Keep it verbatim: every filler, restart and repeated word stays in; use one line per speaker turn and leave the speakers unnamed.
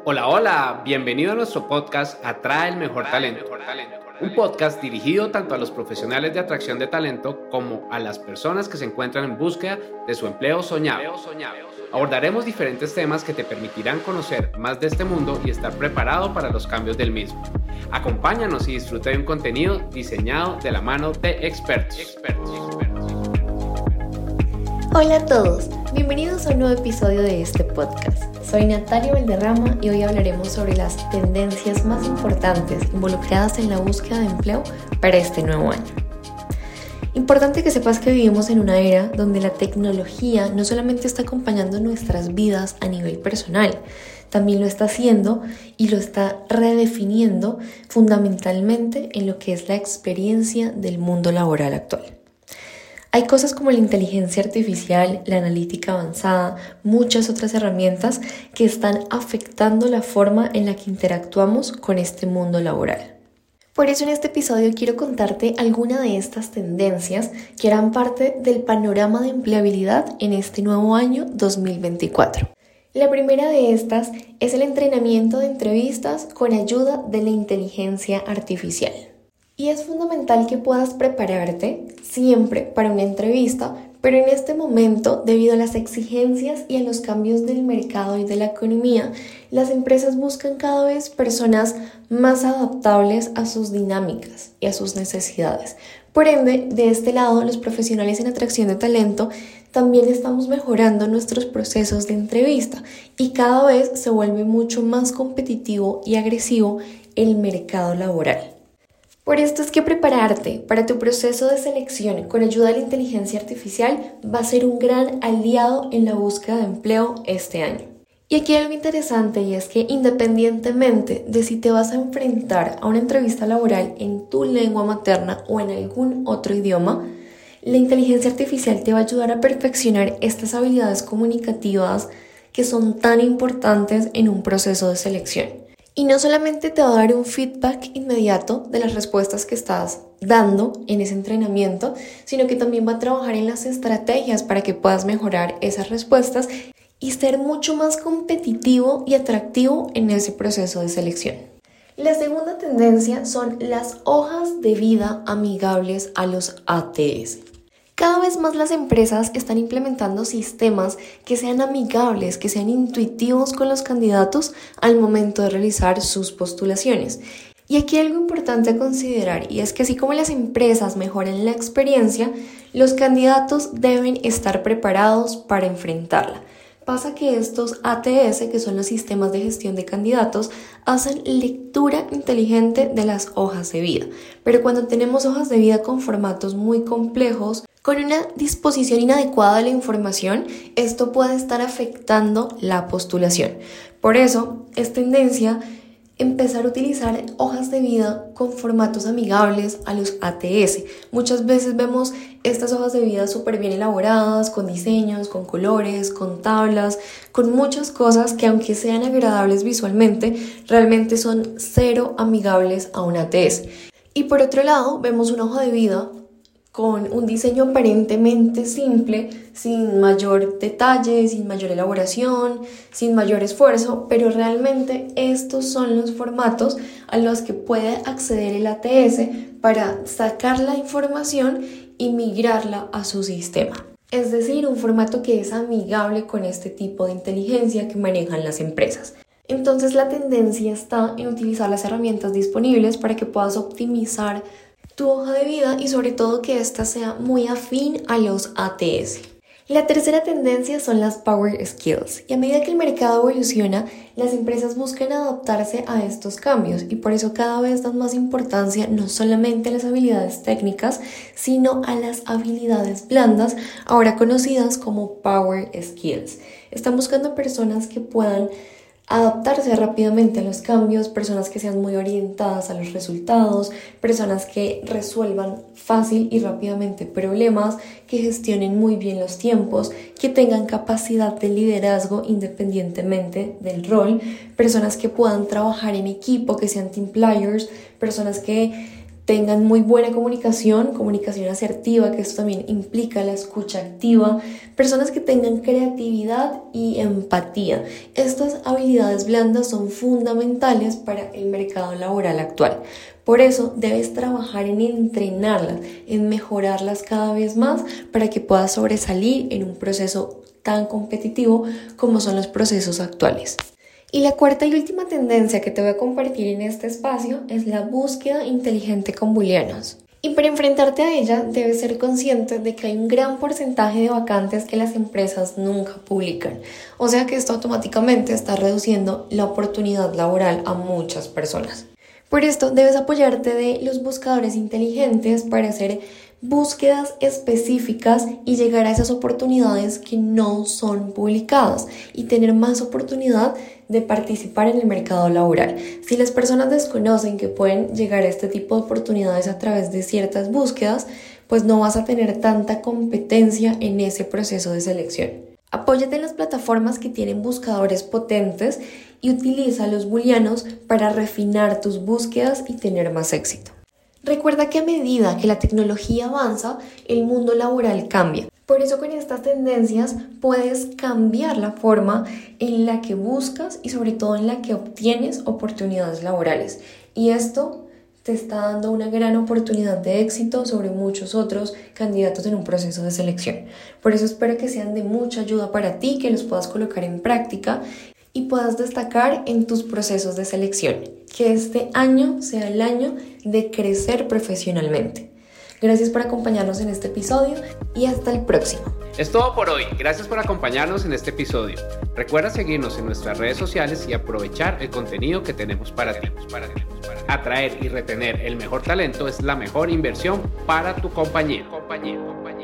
Hola, hola, bienvenido a nuestro podcast Atrae el Mejor Talento, un podcast dirigido tanto a los profesionales de atracción de talento como a las personas que se encuentran en búsqueda de su empleo soñado. Abordaremos diferentes temas que te permitirán conocer más de este mundo y estar preparado para los cambios del mismo. Acompáñanos y disfruta de un contenido diseñado de la mano de expertos.
Hola a todos, bienvenidos a un nuevo episodio de este podcast. Soy Natalia Valderrama y hoy hablaremos sobre las tendencias más importantes involucradas en la búsqueda de empleo para este nuevo año. Importante que sepas que vivimos en una era donde la tecnología no solamente está acompañando nuestras vidas a nivel personal, también lo está haciendo y lo está redefiniendo fundamentalmente en lo que es la experiencia del mundo laboral actual. Hay cosas como la inteligencia artificial, la analítica avanzada, muchas otras herramientas que están afectando la forma en la que interactuamos con este mundo laboral. Por eso en este episodio quiero contarte alguna de estas tendencias que harán parte del panorama de empleabilidad en este nuevo año dos mil veinticuatro. La primera de estas es el entrenamiento de entrevistas con ayuda de la inteligencia artificial. Y es fundamental que puedas prepararte siempre para una entrevista, pero en este momento, debido a las exigencias y a los cambios del mercado y de la economía, las empresas buscan cada vez personas más adaptables a sus dinámicas y a sus necesidades. Por ende, de este lado, los profesionales en atracción de talento también estamos mejorando nuestros procesos de entrevista y cada vez se vuelve mucho más competitivo y agresivo el mercado laboral. Por esto es que prepararte para tu proceso de selección con ayuda de la inteligencia artificial va a ser un gran aliado en la búsqueda de empleo este año. Y aquí hay algo interesante y es que independientemente de si te vas a enfrentar a una entrevista laboral en tu lengua materna o en algún otro idioma, la inteligencia artificial te va a ayudar a perfeccionar estas habilidades comunicativas que son tan importantes en un proceso de selección. Y no solamente te va a dar un feedback inmediato de las respuestas que estás dando en ese entrenamiento, sino que también va a trabajar en las estrategias para que puedas mejorar esas respuestas y ser mucho más competitivo y atractivo en ese proceso de selección. La segunda tendencia son las hojas de vida amigables a los A T S. Cada vez más las empresas están implementando sistemas que sean amigables, que sean intuitivos con los candidatos al momento de realizar sus postulaciones. Y aquí hay algo importante a considerar y es que así como las empresas mejoran la experiencia, los candidatos deben estar preparados para enfrentarla. Pasa que estos A T S, que son los sistemas de gestión de candidatos, hacen lectura inteligente de las hojas de vida. Pero cuando tenemos hojas de vida con formatos muy complejos, con una disposición inadecuada de la información, esto puede estar afectando la postulación. Por eso, es tendencia empezar a utilizar hojas de vida con formatos amigables a los A T S. Muchas veces vemos estas hojas de vida súper bien elaboradas, con diseños, con colores, con tablas, con muchas cosas que aunque sean agradables visualmente, realmente son cero amigables a un A T S. Y por otro lado, vemos una hoja de vida con un diseño aparentemente simple, sin mayor detalle, sin mayor elaboración, sin mayor esfuerzo, pero realmente estos son los formatos a los que puede acceder el A T S para sacar la información y migrarla a su sistema. Es decir, un formato que es amigable con este tipo de inteligencia que manejan las empresas. Entonces la tendencia está en utilizar las herramientas disponibles para que puedas optimizar tu hoja de vida y sobre todo que ésta sea muy afín a los A T S. La tercera tendencia son las Power Skills y a medida que el mercado evoluciona, las empresas buscan adaptarse a estos cambios y por eso cada vez dan más importancia no solamente a las habilidades técnicas, sino a las habilidades blandas, ahora conocidas como Power Skills. Están buscando personas que puedan adaptarse rápidamente a los cambios, personas que sean muy orientadas a los resultados, personas que resuelvan fácil y rápidamente problemas, que gestionen muy bien los tiempos, que tengan capacidad de liderazgo independientemente del rol, personas que puedan trabajar en equipo, que sean team players, personas que tengan muy buena comunicación, comunicación asertiva, que esto también implica la escucha activa, personas que tengan creatividad y empatía. Estas habilidades blandas son fundamentales para el mercado laboral actual. Por eso debes trabajar en entrenarlas, en mejorarlas cada vez más para que puedas sobresalir en un proceso tan competitivo como son los procesos actuales. Y la cuarta y última tendencia que te voy a compartir en este espacio es la búsqueda inteligente con booleanos. Y para enfrentarte a ella debes ser consciente de que hay un gran porcentaje de vacantes que las empresas nunca publican. O sea que esto automáticamente está reduciendo la oportunidad laboral a muchas personas. Por esto debes apoyarte de los buscadores inteligentes para hacer búsquedas específicas y llegar a esas oportunidades que no son publicadas y tener más oportunidad de participar en el mercado laboral. Si las personas desconocen que pueden llegar a este tipo de oportunidades a través de ciertas búsquedas, pues no vas a tener tanta competencia en ese proceso de selección. Apóyate en las plataformas que tienen buscadores potentes y utiliza los booleanos para refinar tus búsquedas y tener más éxito. Recuerda que a medida que la tecnología avanza, el mundo laboral cambia. Por eso con estas tendencias puedes cambiar la forma en la que buscas y sobre todo en la que obtienes oportunidades laborales. Y esto te está dando una gran oportunidad de éxito sobre muchos otros candidatos en un proceso de selección. Por eso espero que sean de mucha ayuda para ti, que los puedas colocar en práctica y puedas destacar en tus procesos de selección. Que este año sea el año de crecer profesionalmente. Gracias por acompañarnos en este episodio y hasta el próximo.
Es todo por hoy. Gracias por acompañarnos en este episodio. Recuerda seguirnos en nuestras redes sociales y aprovechar el contenido que tenemos para ti. Atraer y retener el mejor talento es la mejor inversión para tu compañía. compañía, compañía.